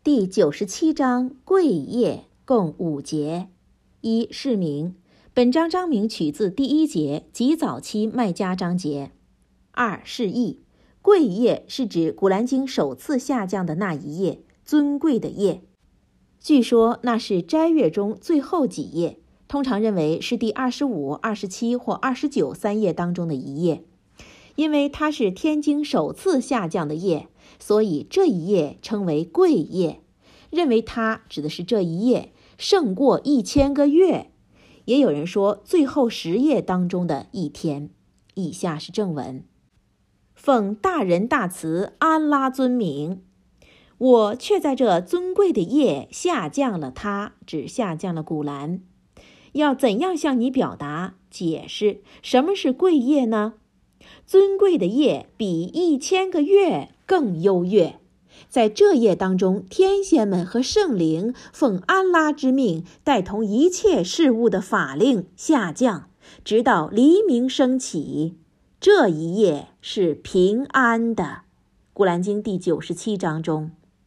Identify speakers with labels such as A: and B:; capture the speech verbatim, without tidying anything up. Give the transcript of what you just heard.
A: 第九十七章贵业，共五节。一、释名，本章章名取自第一节及早期麦加章节。二、释义，贵业是指古兰经首次下降的那一页，尊贵的页。据说那是斋月中最后几页，通常认为是第二十五、二十七或二十九三页当中的一页。因为它是天经首次下降的页，所以这一页称为贵页，认为它指的是这一页胜过一千个月。也有人说最后十页当中的一天。以下是正文：奉大仁大慈安拉尊名，我却在这尊贵的页下降了它，指下降了古兰。要怎样向你表达解释什么是贵页呢？尊贵的页比一千个月更优越，在这页当中，天仙们和圣灵奉安拉之命，带同一切事物的法令下降，直到黎明升起。这一页是平安的。古兰经第九十七章中。